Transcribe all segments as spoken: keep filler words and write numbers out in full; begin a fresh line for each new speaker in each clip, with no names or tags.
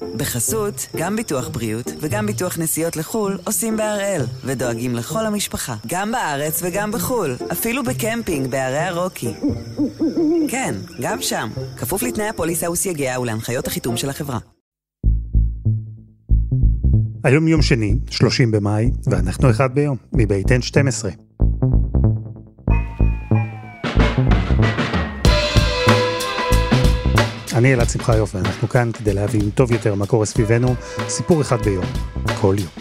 בחסות, גם ביטוח בריאות וגם ביטוח נסיעות לחול עושים בהראל, ודואגים לכל המשפחה, גם בארץ וגם בחול, אפילו בקמפינג בערי הרוקי. כן, גם שם, כפוף לתנאי הפוליסה וסייגיה ולהנחיות החיתום של החברה.
היום יום שני, שלושים במאי, ואנחנו אחד ביום, מבית אן שתים עשרה. אני אלעד שמחיוף, ואנחנו כאן כדי להבין טוב יותר מה קורה סביבנו, סיפור אחד ביום, כל יום.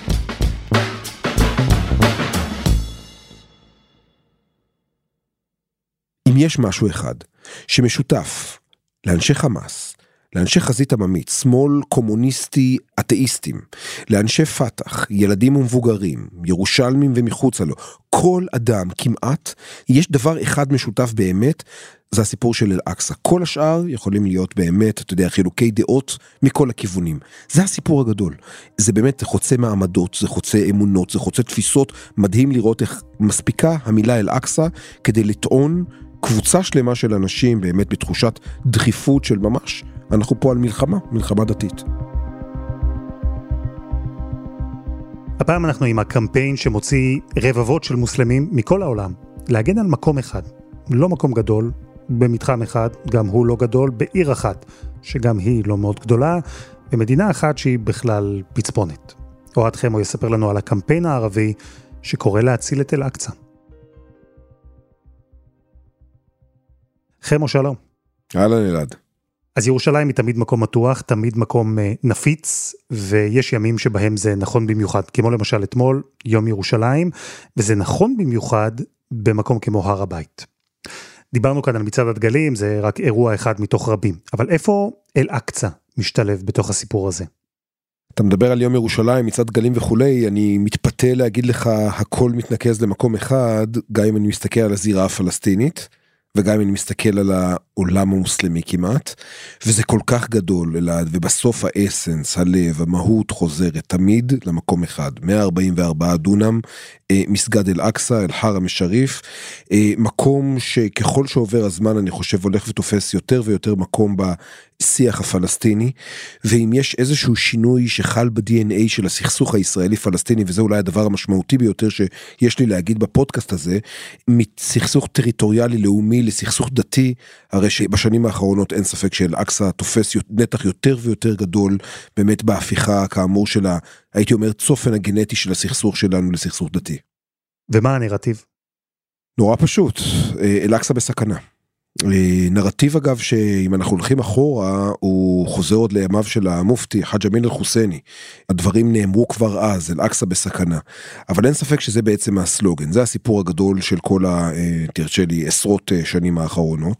אם יש משהו אחד שמשותף לאנשי חמאס, לאנשי חזית עממית, שמאל קומוניסטי אתאיסטים, לאנשי פתח, ילדים ומבוגרים, ירושלמים ומחוצה לו, כל אדם כמעט, יש דבר אחד משותף באמת, זה הסיפור של אל-אקצא. כל השאר יכולים להיות באמת, אתה יודע, חילוקי דעות מכל הכיוונים. זה הסיפור הגדול. זה באמת חוצה מעמדות, זה חוצה אמונות, זה חוצה תפיסות. מדהים לראות איך מספיקה המילה אל-אקצא כדי לטעון קבוצה שלמה של אנשים באמת בתחושת דחיפות של ממש. אנחנו פה על מלחמה, מלחמה דתית.
הפעם אנחנו עם הקמפיין שמוציא רבבות של מוסלמים מכל העולם, להגן על מקום אחד, לא מקום גדול, במתחם אחד, גם הוא לא גדול, בעיר אחת, שגם היא לא מאוד גדולה, במדינה אחת שהיא בכלל פצפונת. אוהד חמו יספר לנו על הקמפיין הערבי שקורא להציל את אל-אקצא. חמו, שלום.
אהלן אלעד.
אז ירושלים היא תמיד מקום מתוח, תמיד מקום נפיץ, ויש ימים שבהם זה נכון במיוחד, כמו למשל אתמול, יום ירושלים, וזה נכון במיוחד במקום כמו הר הבית. דיברנו כאן על מצעד הדגלים, זה רק אירוע אחד מתוך רבים, אבל איפה אל-אקצא משתלב בתוך הסיפור הזה?
אתה מדבר על יום ירושלים, מצעד דגלים וכולי, אני מתפתה להגיד לך, הכל מתנקז למקום אחד, גם אם אני מסתכל על הזירה הפלסטינית, וגם אם אני מסתכל על העולם המוסלמי כמעט, וזה כל כך גדול, אלעד, ובסוף האסנס, הלב, המהות חוזרת תמיד למקום אחד, מאה ארבעים וארבעה דונם, מסגד אל-אקצא, אל-חרם א-שריף, מקום שככל שעובר הזמן אני חושב הולך ותופס יותר ויותר מקום בשיח הפלסטיני, ואם יש איזשהו שינוי שחל ב-די אן איי של הסכסוך הישראלי-פלסטיני, וזה אולי הדבר המשמעותי ביותר שיש לי להגיד בפודקאסט הזה, מסכסוך טריטוריאלי לאומי לסכסוך דתי, הרי שבשנים האחרונות אין ספק שאל-אקצא תופס נתח יותר ויותר גדול, באמת בהפיכה כאמור שלה, הייתי אומר צופן הגנטי של הסכסוך שלנו לסכסוך דתי.
ומה הנרטיב?
נורא פשוט, אל-אקצא בסכנה. נרטיב אגב שאם אנחנו הולכים אחורה הוא חוזר עוד לימיו של המופתי חאג' אמין אל-חוסייני, הדברים נאמרו כבר אז, אל-אקצא בסכנה, אבל אין ספק שזה בעצם הסלוגן, זה הסיפור הגדול של כל ה, תרצה לי, עשרות שנים האחרונות,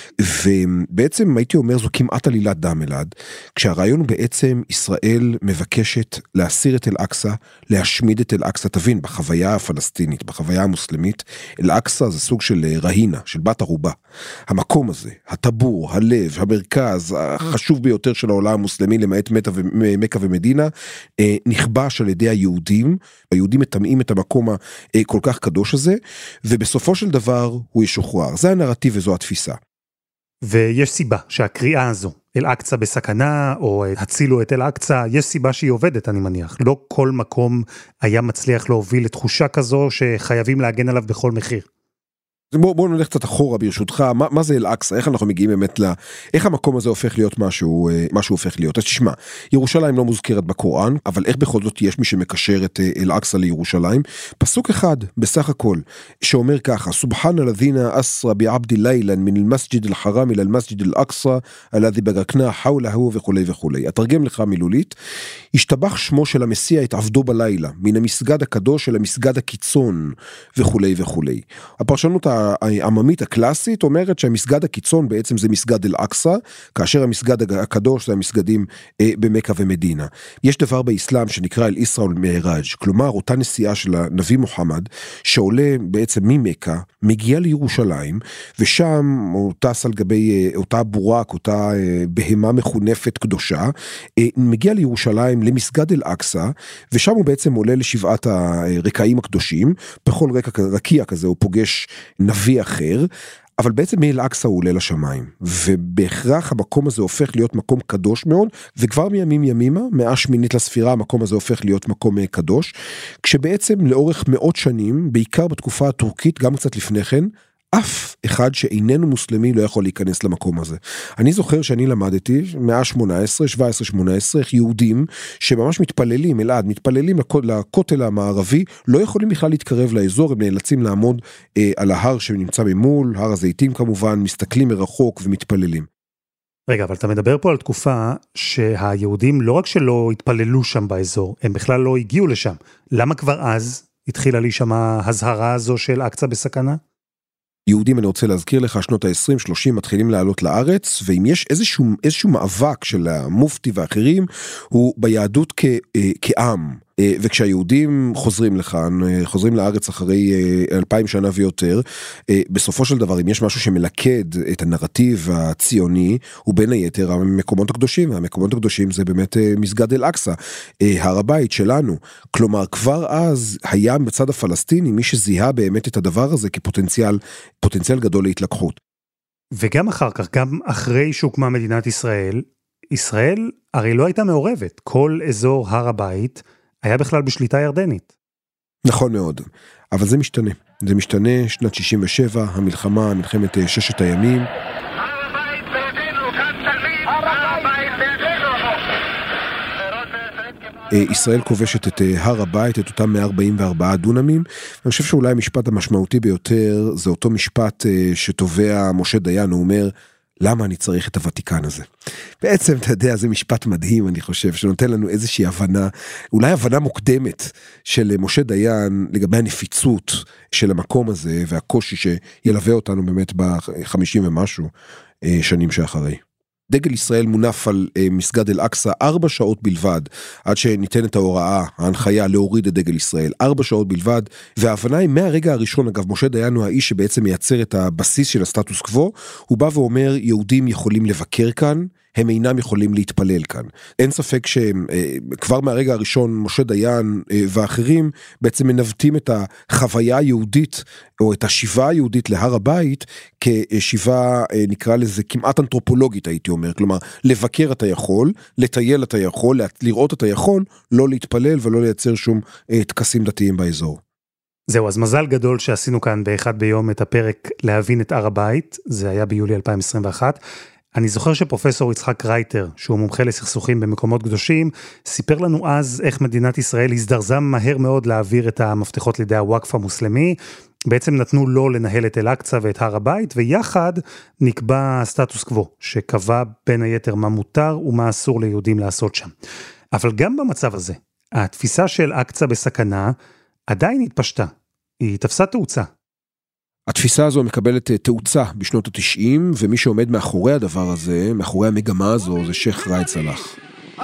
ובעצם הייתי אומר זו כמעט עלילת דם אלעד, כשהרעיון בעצם ישראל מבקשת להסיר את אל-אקצא, להשמיד את אל-אקצא, תבין, בחוויה הפלסטינית, בחוויה המוסלמית, אל-אקצא זה סוג של רהינה, של בת ערובה, המקום הזה, הטבור, הלב, המרכז, החשוב ביותר של העולם המוסלמי, למעט מקה ומדינה, נכבש על ידי היהודים, היהודים מטמאים את המקום הכל כך קדוש הזה, ובסופו של דבר הוא ישוחרר. זה הנרטיב וזו התפיסה.
ויש סיבה שהקריאה הזו, אל-אקצא בסכנה, או הצילו את אל-אקצא, יש סיבה שהיא עובדת, אני מניח. לא כל מקום היה מצליח להוביל לתחושה כזו שחייבים להגן עליו בכל מחיר.
בואו בוא נלך קצת אחורה ברשותך, מה, מה זה אל-אקצא, איך אנחנו מגיעים באמת ל... איך המקום הזה הופך להיות משהו, משהו הופך להיות. אז תשמע, ירושלים לא מוזכרת בקוראן, אבל איך בכל זאת יש מי שמקשר את אל-אקצא לירושלים? פסוק אחד, בסך הכל, שאומר ככה, סובחן אלזינה אסרה בעבדי לילן מן אל-מסג'ד אל-חרם אל אל-מסג'ד אל-אקצא, אלזי בגרקנה חאולהו וכולי וכולי. אתרגם לך מילולית, השתבח שמו של המסיע את עבדו בלילה, מן המסגד הקדוש אל המסגד הקיצון וכולי וכולי. הפרשנות העממית הקלאסית אומרת שהמסגד הקיצון בעצם זה מסגד אל-אקצא, כאשר המסגד הקדוש זה המסגדים אה, במקה ומדינה. יש דבר באסלאם שנקרא אל-איסרא וal-מיעראג', כלומר אותה נסיעה של הנביא מוחמד, שעולה בעצם ממקה, מגיע לירושלים, ושם הוא טס על גבי אה, אותה בורק, אותה אה, בהמה מחונפת קדושה, אה, מגיע לירושלים למסגד אל-אקצא, ושם הוא בעצם עולה לשבעת הרקעים הקדושים, בכל רקע רקיע כזה הוא פוגש נביא אחר, אבל בעצם מאל-אקצה הוא עולה לשמיים, ובהכרח המקום הזה הופך להיות מקום קדוש מאוד, וכבר מימים ימימה, מאה שמינית לספירה, המקום הזה הופך להיות מקום קדוש, כשבעצם לאורך מאות שנים, בעיקר בתקופה הטורקית, גם קצת לפני כן, אף אחד שאיננו מוסלמי לא יכול להיכנס למקום הזה. אני זוכר שאני למדתי, מאה שמונה עשרה, שבע עשרה, שמונה עשרה, יהודים שממש מתפללים, אלעד, מתפללים לכותל המערבי, לא יכולים בכלל להתקרב לאזור, הם נאלצים לעמוד אה, על ההר שנמצא ממול, הר הזיתים כמובן, מסתכלים מרחוק ומתפללים.
רגע, אבל אתה מדבר פה על תקופה שהיהודים לא רק שלא התפללו שם באזור, הם בכלל לא הגיעו לשם. למה כבר אז התחילה להישמע הזהרה הזו של אקצה בסכנה?
יהודים, אני רוצה להזכיר לך, שנות ה-עשרים שלושים מתחילים לעלות לארץ, ואם יש איזשהו, איזשהו מאבק של המופתי ואחרים, הוא ביהדות כ, כעם, וכשהיהודים חוזרים לכאן, חוזרים לארץ אחרי אלפיים שנה ויותר, בסופו של דבר, אם יש משהו שמלכד את הנרטיב הציוני, הוא בין היתר המקומות הקדושים, והמקומות הקדושים זה באמת מסגד אל-אקצה, הר הבית שלנו. כלומר, כבר אז היה בצד הפלסטיני, מי שזיהה באמת את הדבר הזה כפוטנציאל, פוטנציאל גדול להתלקחות.
וגם אחר כך, גם אחרי שהוקמה מדינת ישראל, ישראל הרי לא הייתה מעורבת. כל אזור הר הבית היה בכלל בשליטה ירדנית.
נכון מאוד, אבל זה משתנה. זה משתנה, שנת שישים ושבע, המלחמה, מלחמת ששת הימים. הר הבית בידינו, כאן תמיד, הר הבית בידינו. ישראל כובשת את הר הבית, את אותם מאה ארבעים וארבעה דונמים. אני חושב שאולי המשפט המשמעותי ביותר, זה אותו משפט שתובע משה דיין, הוא אומר, למה אני צריך את הוותיקן הזה? בעצם, אתה יודע, זה משפט מדהים, אני חושב, שנותן לנו איזושהי הבנה, אולי הבנה מוקדמת של משה דיין, לגבי הנפיצות של המקום הזה, והקושי שילווה אותנו באמת בחמישים ומשהו שנים שאחרי. דגל ישראל מונף על מסגד אל-אקצה ארבע שעות בלבד, עד שניתן את ההוראה, ההנחיה להוריד את דגל ישראל, ארבע שעות בלבד, וההבנה היא מהרגע הראשון, אגב, משה דיין הוא האיש שבעצם מייצר את הבסיס של הסטטוס קוו, הוא בא ואומר, יהודים יכולים לבקר כאן, הם אינם יכולים להתפלל כאן. אין ספק שכבר מהרגע הראשון, משה דיין ואחרים בעצם מנווטים את החוויה היהודית, או את השיבה היהודית להר הבית, כשיבה, נקרא לזה, כמעט אנתרופולוגית, הייתי אומר. כלומר, לבקר אתה יכול, לטייל אתה יכול, לראות אתה יכול, לא להתפלל ולא לייצר שום תקסים דתיים באזור.
זהו, אז מזל גדול שעשינו כאן באחד ביום את הפרק להבין את הר הבית, זה היה ביולי אלפיים עשרים ואחת, אני זוכר שפרופסור יצחק רייטר, שהוא מומחה לסכסוכים במקומות קדושים, סיפר לנו אז איך מדינת ישראל הזדרזה מהר מאוד להעביר את המפתחות לידי הוואקף המוסלמי, בעצם נתנו לו לנהל את אל-אקצה ואת הר הבית, ויחד נקבע סטטוס קוו, שקבע בין היתר מה מותר ומה אסור ליהודים לעשות שם. אבל גם במצב הזה, התפיסה של אקצה בסכנה עדיין התפשטה, היא תפסה תאוצה.
התפיסה הזו מקבלת תאוצה בשנות ה-תשעים, ומי שעומד מאחורי הדבר הזה, מאחורי המגמה הזו, זה שייח ראאד סלאח.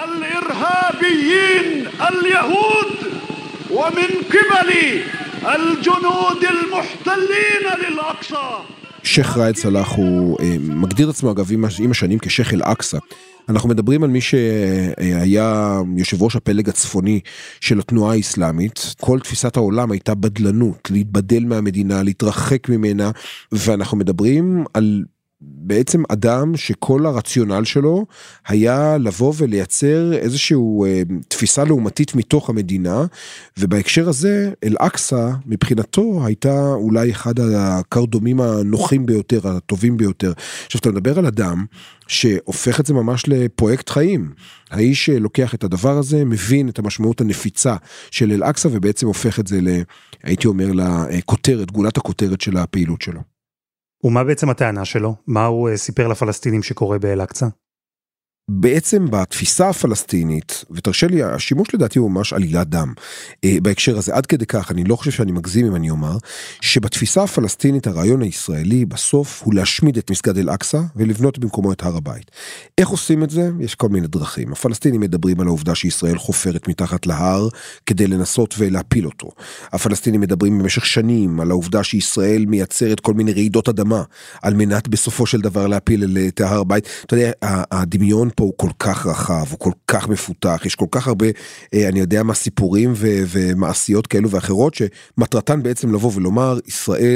الإرهابيين اليهود ومن قبل الجنود المحتلين للأقصى.
שייח ראאד סלאח הוא מגדיר עצמו אגב עם השנים כשייח אל-אקצה. אנחנו מדברים על מי שהיה יושב ראש הפלג הצפוני של התנועה האסלאמית. כל תפיסת העולם הייתה בדלנות, להתבדל מהמדינה, להתרחק ממנה, ואנחנו מדברים על בעצם אדם שכל הרציונל שלו היה לבוא ולייצר איזשהו אה, תפיסה לעומתית מתוך המדינה, ובהקשר הזה אל-אקצה מבחינתו הייתה אולי אחד הקרדומים הנוחים ביותר, הטובים ביותר. עכשיו אתה מדבר על אדם שהופך את זה ממש לפרויקט חיים. האיש שלוקח את הדבר הזה, מבין את המשמעות הנפיצה של אל-אקצה, ובעצם הופך את זה, ל, הייתי אומר, לכותרת, גולת הכותרת של הפעילות שלו.
ומה בעצם הטענה שלו? מה הוא סיפר לפלסטינים שקורה באל-אקצה?
בעצם בתפיסה הפלסטינית, ותרשה לי, השימוש לדעתי הוא ממש עלילת דם, בהקשר הזה, עד כדי כך, אני לא חושב שאני מגזים אם אני אומר, שבתפיסה הפלסטינית הרעיון הישראלי בסוף הוא להשמיד את מסגד אל-אקצה, ולבנות במקומו את הר הבית. איך עושים את זה? יש כל מיני דרכים. הפלסטינים מדברים על העובדה שישראל חופרת מתחת להר, כדי לנסות ולהפיל אותו. הפלסטינים מדברים במשך שנים על העובדה שישראל מייצרת כל מיני רעידות אדמה, על מנת בסופו של דבר להפיל את הר הבית. אתה יודע, הדמיון פה הוא כל כך רחב, הוא כל כך מפותח, יש כל כך הרבה, אני יודע מה, סיפורים ו- ומעשיות כאלו ואחרות, שמטרתן בעצם לבוא ולומר, ישראל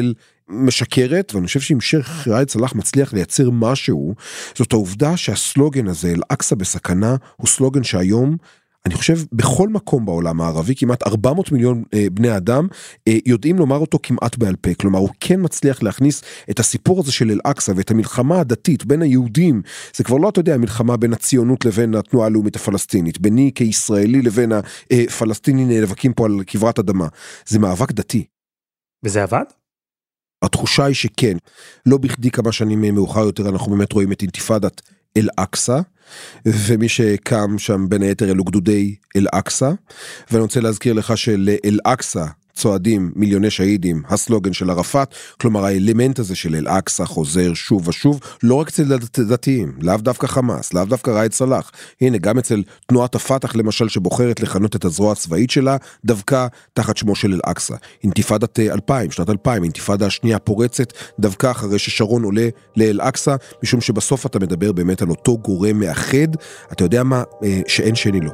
משקרת, ואני חושב שאם שייח ראאד סלאח מצליח לייצר משהו, זאת העובדה שהסלוגן הזה, אל-אקצא בסכנה, הוא סלוגן שהיום, אני חושב, בכל מקום בעולם הערבי, כמעט ארבע מאות מיליון אה, בני אדם, אה, יודעים לומר אותו כמעט בעל פה, כלומר, הוא כן מצליח להכניס את הסיפור הזה של אל-אקצא, ואת המלחמה הדתית בין היהודים, זה כבר לא, אתה יודע, המלחמה בין הציונות לבין התנועה הלאומית הפלסטינית, ביני כישראלי לבין הפלסטינים נאבקים פה על כברת אדמה, זה מאבק דתי.
וזה עבד?
התחושה היא שכן, לא בכדי כמה שנים מאוחר יותר, אנחנו באמת רואים את אינתיפאדת אל-אקצא, ומי שקם שם בין היתר אלו גדודי אל-אקצא, ואני רוצה להזכיר לך של-אל-אקצא צועדים מיליוני שהידים, הסלוגן של ערפאת, כלומר האלמנט הזה של אל-אקצא חוזר שוב ושוב, לא רק אצל דתיים, לאו דווקא חמאס, לאו דווקא ראאד סלאח, הנה גם אצל תנועת הפתח למשל שבוחרת לכנות את הזרוע הצבאית שלה, דווקא תחת שמו של אל-אקצא. אינתיפאדת אלפיים, שנת אלפיים, אינתיפאדה השנייה פורצת, דווקא אחרי ששרון עולה לאל-אקצא, משום שבסוף אתה מדבר באמת על אותו גורם מאחד, אתה יודע מה, שאין שני לו.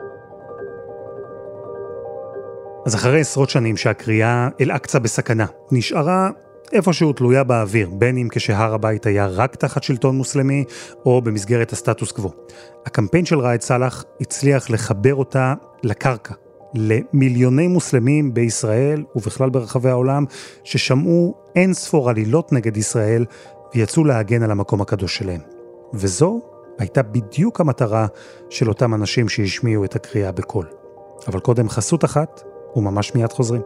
אז אחרי עשרות שנים שהקריאה אל-אקצא בסכנה נשארה איפשהו תלויה באוויר, בין אם כשהר הבית היה רק תחת שלטון מוסלמי, או במסגרת הסטטוס קוו. הקמפיין של ראאד סלאח הצליח לחבר אותה לקרקע, למיליוני מוסלמים בישראל ובכלל ברחבי העולם, ששמעו אין ספור עלילות נגד ישראל, ויצאו להגן על המקום הקדוש שלהם. וזו הייתה בדיוק המטרה של אותם אנשים שהשמיעו את הקריאה בקול. אבל קודם חסות אחת, וממש מיד חוזרים.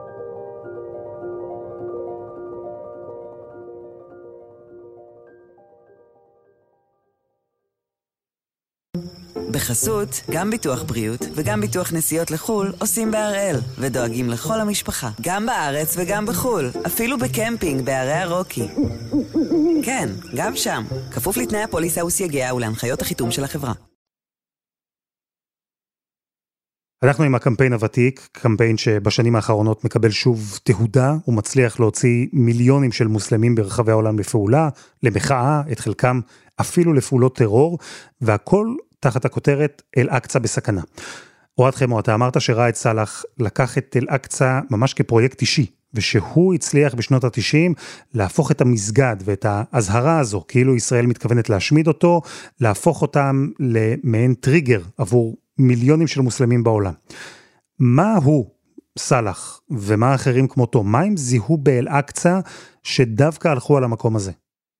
בחסות, גם ביטוח בריאות וגם ביטוח נסיעות לחול עושים בהראל, ודואגים לכל המשפחה, גם בארץ וגם בחול, אפילו בקמפינג בערי הרוקי. כן, גם שם, כפוף לתנאי הפוליסה וסייגיה ולהנחיות החיתום של החברה.
אנחנו עם הקמפיין הוותיק, קמפיין שבשנים האחרונות מקבל שוב תהודה, הוא מצליח להוציא מיליונים של מוסלמים ברחבי העולם לפעולה, למחאה, את חלקם אפילו לפעולות טרור, והכל תחת הכותרת אל-אקצא בסכנה. אוהד חמו, אתה אמרת שראאד סלאח לקח את אל-אקצא ממש כפרויקט אישי, ושהוא הצליח בשנות ה-תשעים להפוך את המסגד ואת ההזהרה הזו, כאילו ישראל מתכוונת להשמיד אותו, להפוך אותם למעין טריגר עבור מיליונים של מוסלמים בעולם. מה הוא, סלאח, ומה אחרים כמותו, מה הם זיהו באל-אקצא שדווקא הלכו על המקום הזה?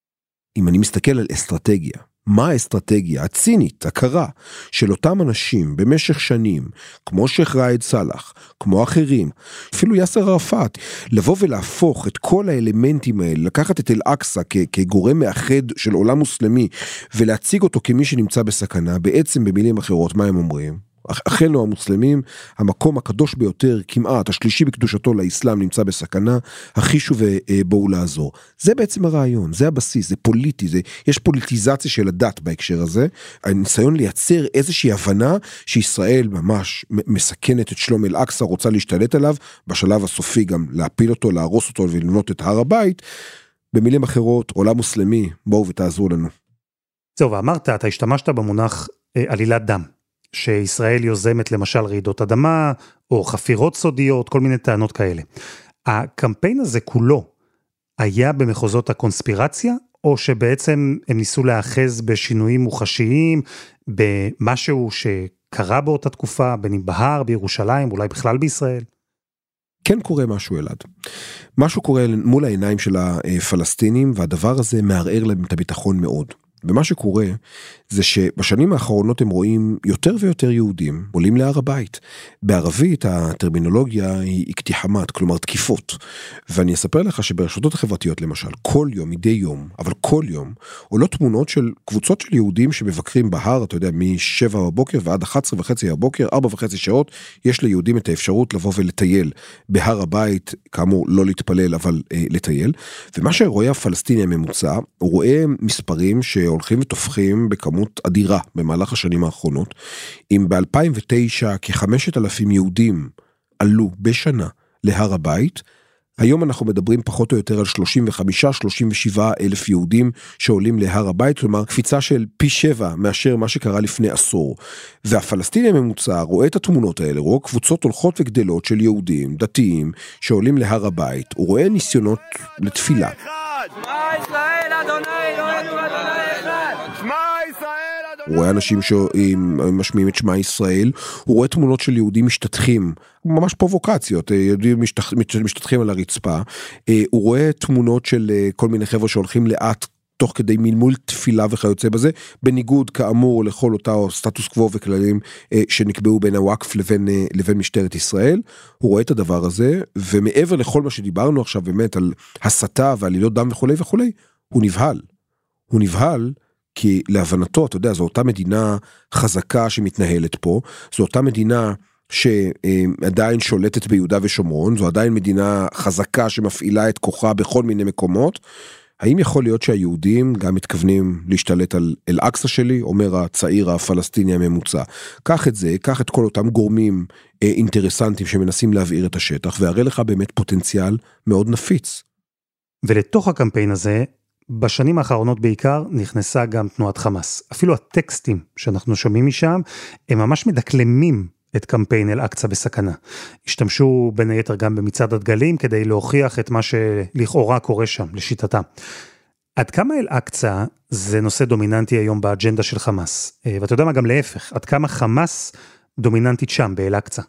אם אני מסתכל על אסטרטגיה, מה האסטרטגיה הצינית, הקרה, של אותם אנשים במשך שנים, כמו שייח ראאד סלאח, כמו אחרים, אפילו יאסר ערפאת, לבוא ולהפוך את כל האלמנטים האלה, לקחת את אל-אקצא כ- כגורם מאחד של עולם מוסלמי, ולהציג אותו כמי שנמצא בסכנה, בעצם במילים אחרות, מה הם אומרים? אחינו המוסלמים, המקום הקדוש ביותר, כמעט, השלישי בקדושתו לאסלאם נמצא בסכנה, החישו ובואו לעזור. זה בעצם הרעיון, זה הבסיס, זה פוליטי, זה, יש פוליטיזציה של הדת בהקשר הזה, הניסיון לייצר איזושהי הבנה שישראל ממש מסכנת את שלום אל-אקצא, רוצה להשתלט עליו, בשלב הסופי גם להפיל אותו, להרוס אותו ולבנות את הר הבית, במילים אחרות, עולם מוסלמי, בואו ותעזרו לנו.
זהו, ואמרת, אתה השתמשת במונח אה, עלילת דם. שישראל יוזמת למשל רעידות אדמה, או חפירות סודיות, כל מיני טענות כאלה. הקמפיין הזה כולו היה במחוזות הקונספירציה, או שבעצם הם ניסו להאחז בשינויים מוחשיים, במשהו שקרה באותה תקופה, בין אם בהר, בירושלים, אולי בכלל בישראל?
כן קורה משהו אלעד. משהו קורה מול העיניים של הפלסטינים, והדבר הזה מערער להם את הביטחון מאוד. ומה שקורה זה שבשנים האחרונות הם רואים יותר ויותר יהודים עולים להר הבית. בערבית הטרמינולוגיה היא אקתיחמת, כלומר תקיפות. ואני אספר לך שברשתות החברתיות למשל, כל יום, מדי יום, אבל כל יום, עולות תמונות של קבוצות של יהודים שמבקרים בהר, אתה יודע, משבע בבוקר ועד אחת עשרה וחצי בבוקר, ארבע וחצי שעות, יש ליהודים את האפשרות לבוא ולטייל בהר הבית, כאמור לא להתפלל, אבל אה, לטייל. ומה שרואה הפלסטיני הממוצע, הוא רואה מספרים שהולכים ותופחים בכמות אדירה במהלך השנים האחרונות. אם ב-אלפיים ותשע כ-חמשת אלפים יהודים עלו בשנה להר הבית, היום אנחנו מדברים פחות או יותר על שלושים וחמישה שלושים ושבעה אלף יהודים שעולים להר הבית, כלומר קפיצה של פי שבע מאשר מה שקרה לפני עשור. והפלסטיני הממוצע רואה את התמונות האלה, רואה קבוצות הולכות וגדלות של יהודים, דתיים, שעולים להר הבית. הוא רואה ניסיונות לתפילה. הוא רואה אנשים שמשמיעים את שמע ישראל, הוא רואה תמונות של יהודים משתתחים, ממש פרובוקציות, יהודים משתתח, משתתחים על הרצפה, הוא רואה תמונות של כל מיני חבר'ה שהולכים לאט, תוך כדי מלמול תפילה וכיוצא בזה, בניגוד כאמור לכל אותה סטטוס קוו וכללים שנקבעו בין הוואקף לבין, לבין משטרת ישראל. הוא רואה את הדבר הזה, ומעבר לכל מה שדיברנו עכשיו באמת על הסתה ועלילות דם וכו' וכו', הוא נבהל. הוא נבהל כי להבנתו, אתה יודע, זו אותה מדינה חזקה שמתנהלת פה, זו אותה מדינה שעדיין שולטת ביהודה ושומרון, זו עדיין מדינה חזקה שמפעילה את כוחה בכל מיני מקומות. האם יכול להיות שהיהודים גם מתכוונים להשתלט על אל-אקצה שלי, אומר הצעיר הפלסטיני הממוצע. קח את זה, קח את כל אותם גורמים אינטרסנטים שמנסים להבעיר את השטח, והראה לך באמת פוטנציאל מאוד נפיץ.
ולתוך הקמפיין הזה, בשנים האחרונות בעיקר נכנסה גם תנועת חמאס. אפילו הטקסטים שאנחנו שומעים משם, הם ממש מדקלמים את קמפיין אל-אקצה בסכנה. השתמשו בין היתר גם במצעד הדגלים, כדי להוכיח את מה שלכאורה קורה שם, לשיטתה. עד כמה אל-אקצה זה נושא דומיננטי היום באג'נדה של חמאס? ואתה יודע מה, גם להפך, עד כמה חמאס דומיננטית שם באל-אקצה?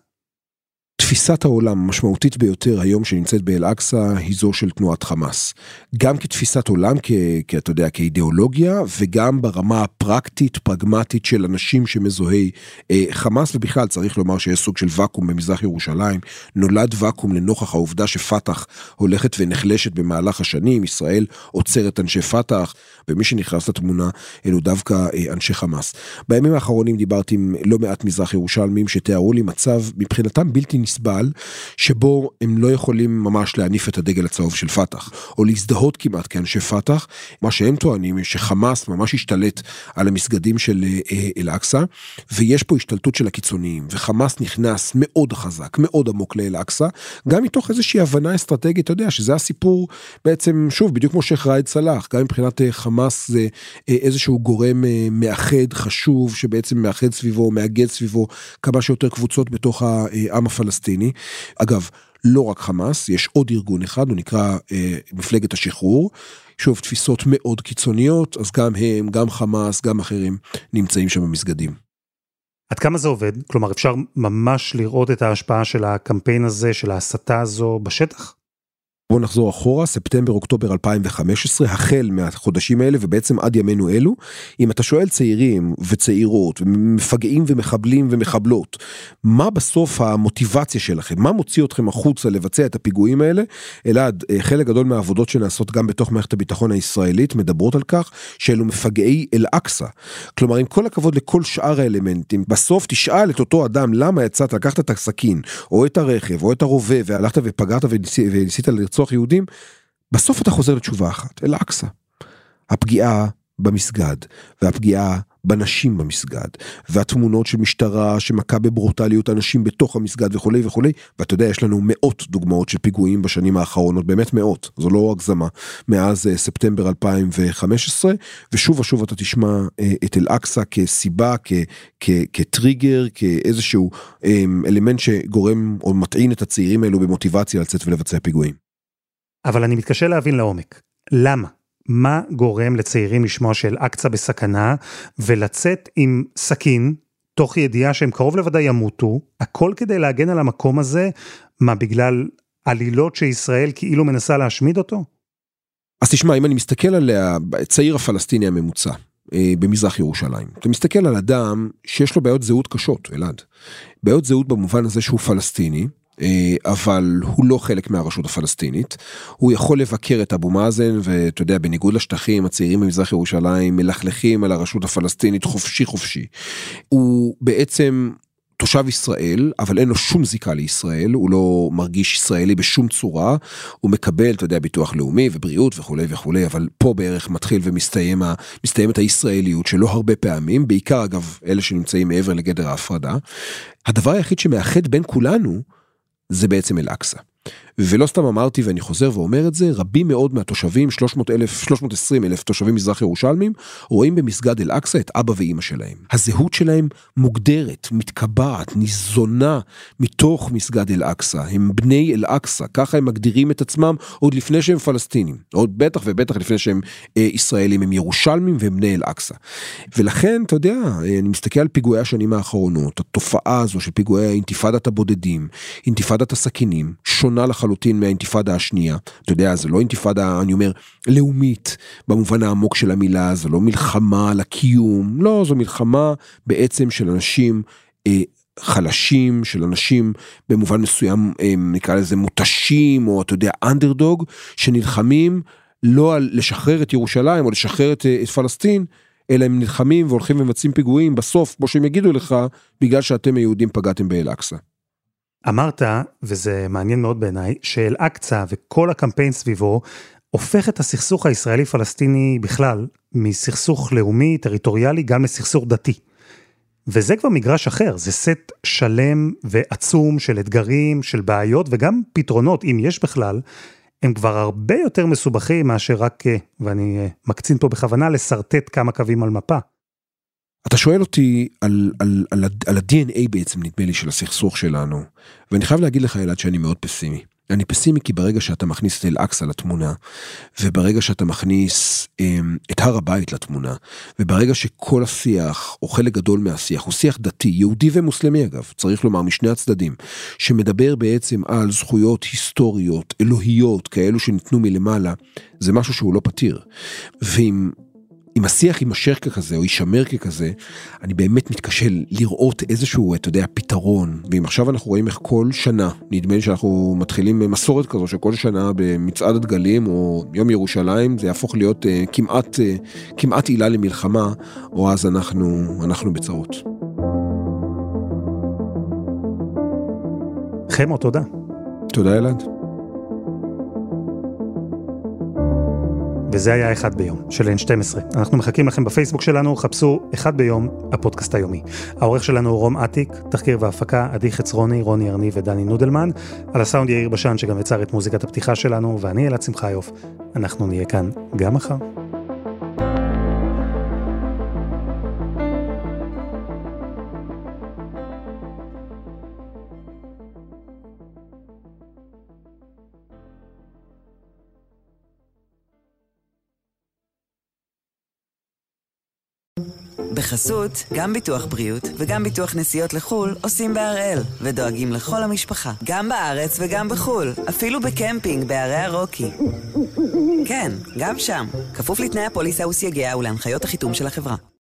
תפיסת העולם המשמעותית ביותר היום שנמצאת באל-אקצה היא זו של תנועת חמאס. גם כתפיסת עולם, כ- אתה יודע, כאידיאולוגיה, וגם ברמה הפרקטית, פרגמטית של אנשים שמזוהי אה, חמאס, ובכלל צריך לומר שיש סוג של וקום במזרח ירושלים, נולד וקום לנוכח העובדה שפתח הולכת ונחלשת במהלך השנים, ישראל עוצרת אנשי פתח, ומי שנכנס לתמונה אלו דווקא אה, אנשי חמאס. בימים האחרונים דיברתי עם לא מעט מזרח ירושלמים שתיארו לי מצב מבחינתם בלתי נסבל, שבו הם לא יכולים ממש להניף את הדגל הצהוב של פתח, או להזדהות כמעט כאנשי פתח. מה שהם טוענים שחמאס ממש השתלט על המסגדים של אל-אקצה, ויש פה השתלטות של הקיצוניים, וחמאס נכנס מאוד חזק, מאוד עמוק לאל-אקצה, גם מתוך איזושהי הבנה אסטרטגית, אתה יודע, שזה הסיפור בעצם, שוב, בדיוק כמו שייח ראאד סלאח, גם מבחינת חמאס זה איזשהו גורם מאחד, חשוב, שבעצם מאחד סביבו, מאגד סביבו, כמה שיותר קבוצות בתוך העם הפלסטיני. אגב, לא רק חמאס, יש עוד ארגון אחד, הוא נקרא אה, מפלגת השחרור, שוב, תפיסות מאוד קיצוניות, אז גם הם, גם חמאס, גם אחרים, נמצאים שם במסגדים.
עד כמה זה עובד? כלומר, אפשר ממש לראות את ההשפעה של הקמפיין הזה, של ההסתה הזו בשטח?
בואו נחזור אחורה, ספטמבר, אוקטובר אלפיים וחמש עשרה, החל מהחודשים האלה, ובעצם עד ימינו אלו, אם אתה שואל צעירים וצעירות, מפגעים ומחבלים ומחבלות, מה בסוף המוטיבציה שלכם? מה מוציא אתכם החוצה לבצע את הפיגועים האלה? אלעד, חלק גדול מהעבודות שנעשות גם בתוך מערכת הביטחון הישראלית, מדברות על כך שאלו מפגעי אל-אקצה. כלומר, עם כל הכבוד לכל שאר האלמנטים, בסוף תשאל את אותו אדם, למה יצאת, לקחת את הסכין, או את הרכב, או את הרובה, והלכת ופגעת וניסית לרצוח יהודים, בסוף אתה חוזר לתשובה אחת, אל-אקצה. הפגיעה במסגד, והפגיעה בנשים במסגד, והתמונות של משטרה שמכה בברוטליות אנשים בתוך המסגד וכו' וכו', ואתה יודע, יש לנו מאות דוגמאות של פיגועים בשנים האחרונות, באמת מאות, זו לא הגזמה, מאז ספטמבר אלפיים וחמש עשרה, ושוב ושוב אתה תשמע את אל-אקצה כסיבה, כ- כ- כטריגר, כאיזשהו אלמנט שגורם או מטעין את הצעירים האלו במוטיבציה לצאת ולבצע פיגועים.
אבל אני מתקשה להבין לעומק. למה? מה גורם לצעירים לשמוע שאל-אקצה בסכנה, ולצאת עם סכין, תוך ידיעה שהם קרוב לוודאי ימותו, הכל כדי להגן על המקום הזה, מה בגלל עלילות שישראל כאילו מנסה להשמיד אותו?
אז תשמע, אם אני מסתכל על הצעיר הפלסטיני הממוצע, במזרח ירושלים, אתה מסתכל על אדם שיש לו בעיות זהות קשות, אלעד. בעיות זהות במובן הזה שהוא פלסטיני, אבל הוא לא חלק מהרשות הפלסטינית, הוא יכול לבקר את אבו מאזן, ואתה יודע, בניגוד לשטחים, הצעירים במזרח ירושלים מלכלכים על הרשות הפלסטינית חופשי חופשי. הוא בעצם תושב ישראל, אבל אין לו שום זיקה לישראל, הוא לא מרגיש ישראלי בשום צורה, הוא מקבל, אתה יודע, ביטוח לאומי ובריאות וכו' וכו', אבל פה בערך מתחיל ומסתיים מסתיימת הישראליות שלו הרבה פעמים, בעיקר אגב אלה שנמצאים מעבר לגדר ההפרדה. הדבר היחיד שמאחד בין כולנו, זה בעצם אל-אקצה. ולא סתם אמרתי ואני חוזר ואומר את זה, רבים מאוד מהתושבים, שלוש מאות אלף, שלוש מאות ועשרים אלף תושבים מזרח ירושלמים, רואים במסגד אל-אקצא את אבא ואמא שלהם. הזהות שלהם מוגדרת, מתקבעת, ניזונה מתוך מסגד אל-אקצא. הם בני אל-אקצא, ככה הם מגדירים את עצמם עוד לפני שהם פלסטינים. עוד בטח ובטח לפני שהם אה, ישראלים, הם ירושלמים והם בני אל-אקצא. ולכן, אתה יודע, אני מסתכל על פיגועי השנים האחרונות, התופעה הזו של פיגועי האינתיפאדת הבודדים, אינתיפאדת הסכינים, שונה לחלוטין מהאינתיפאדה השנייה. אתה יודע, זה לא אינתיפאדה, אני אומר, לאומית, במובן העמוק של המילה, זה לא מלחמה על הקיום, לא, זו מלחמה בעצם של אנשים אה, חלשים, של אנשים במובן מסוים, אה, נקרא לזה מותשים, או אתה יודע, אנדרדוג, שנלחמים לא על לשחרר את ירושלים, או לשחרר את, את פלסטין, אלא הם נלחמים והולכים ומצאים פיגועים, בסוף, כמו שהם יגידו לך, בגלל שאתם היהודים פגעתם באל-אקצא.
אמרת, וזה מעניין מאוד בעיניי, שאל-אקצא וכל הקמפיין סביבו, הופך את הסכסוך הישראלי-פלסטיני בכלל, מסכסוך לאומי, טריטוריאלי, גם לסכסוך דתי. וזה כבר מגרש אחר, זה סט שלם ועצום של אתגרים, של בעיות, וגם פתרונות, אם יש בכלל, הם כבר הרבה יותר מסובכים מאשר רק, ואני מקצין פה בכוונה, לסרטט כמה קווים על מפה.
אתה שואל אותי על, על, על, על ה-די אן איי בעצם, נדמה לי, של הסכסוך שלנו, ואני חייב להגיד לך, ילד, שאני מאוד פסימי. אני פסימי כי ברגע שאתה מכניס את אל-אקצא לתמונה, וברגע שאתה מכניס אמ, את הר הבית לתמונה, וברגע שכל השיח, או חלק גדול מהשיח, הוא שיח דתי, יהודי ומוסלמי אגב, צריך לומר משני הצדדים, שמדבר בעצם על זכויות היסטוריות, אלוהיות, כאלו שניתנו מלמעלה, זה משהו שהוא לא פתיר. ואם אם השיח יימשך ככזה, או יישמר ככזה, אני באמת מתקשה לראות איזשהו, אתה יודע, פתרון. ואם עכשיו אנחנו רואים איך כל שנה, נדמה לי שאנחנו מתחילים מסורת כזו, שכל שנה במצעד הדגלים, או יום ירושלים, זה יהפוך להיות uh, כמעט, uh, כמעט עילה למלחמה, או אז אנחנו, אנחנו בצרות.
חמו, תודה.
תודה, ילד.
וזה היה אחד ביום, של אן שתים עשרה. אנחנו מחכים לכם בפייסבוק שלנו, חפשו אחד ביום, הפודקאסט היומי. העורך שלנו הוא רום עתיק, תחקיר והפקה, עדי חצרוני, רוני ארני ודני נודלמן, על הסאונד יאיר בשן שגם יצר את מוזיקת הפתיחה שלנו, ואני אלעד שמחיוף. אנחנו נהיה כאן גם מחר.
בחסות, גם ביטוח בריאות וגם ביטוח נסיעות לחול עושים בהראל ודואגים לכל המשפחה, גם בארץ וגם בחול, אפילו בקמפינג בערי הרוקי. כן, גם שם, כפוף לתנאי הפוליסה וסייגיה ולהנחיות החיתום של החברה.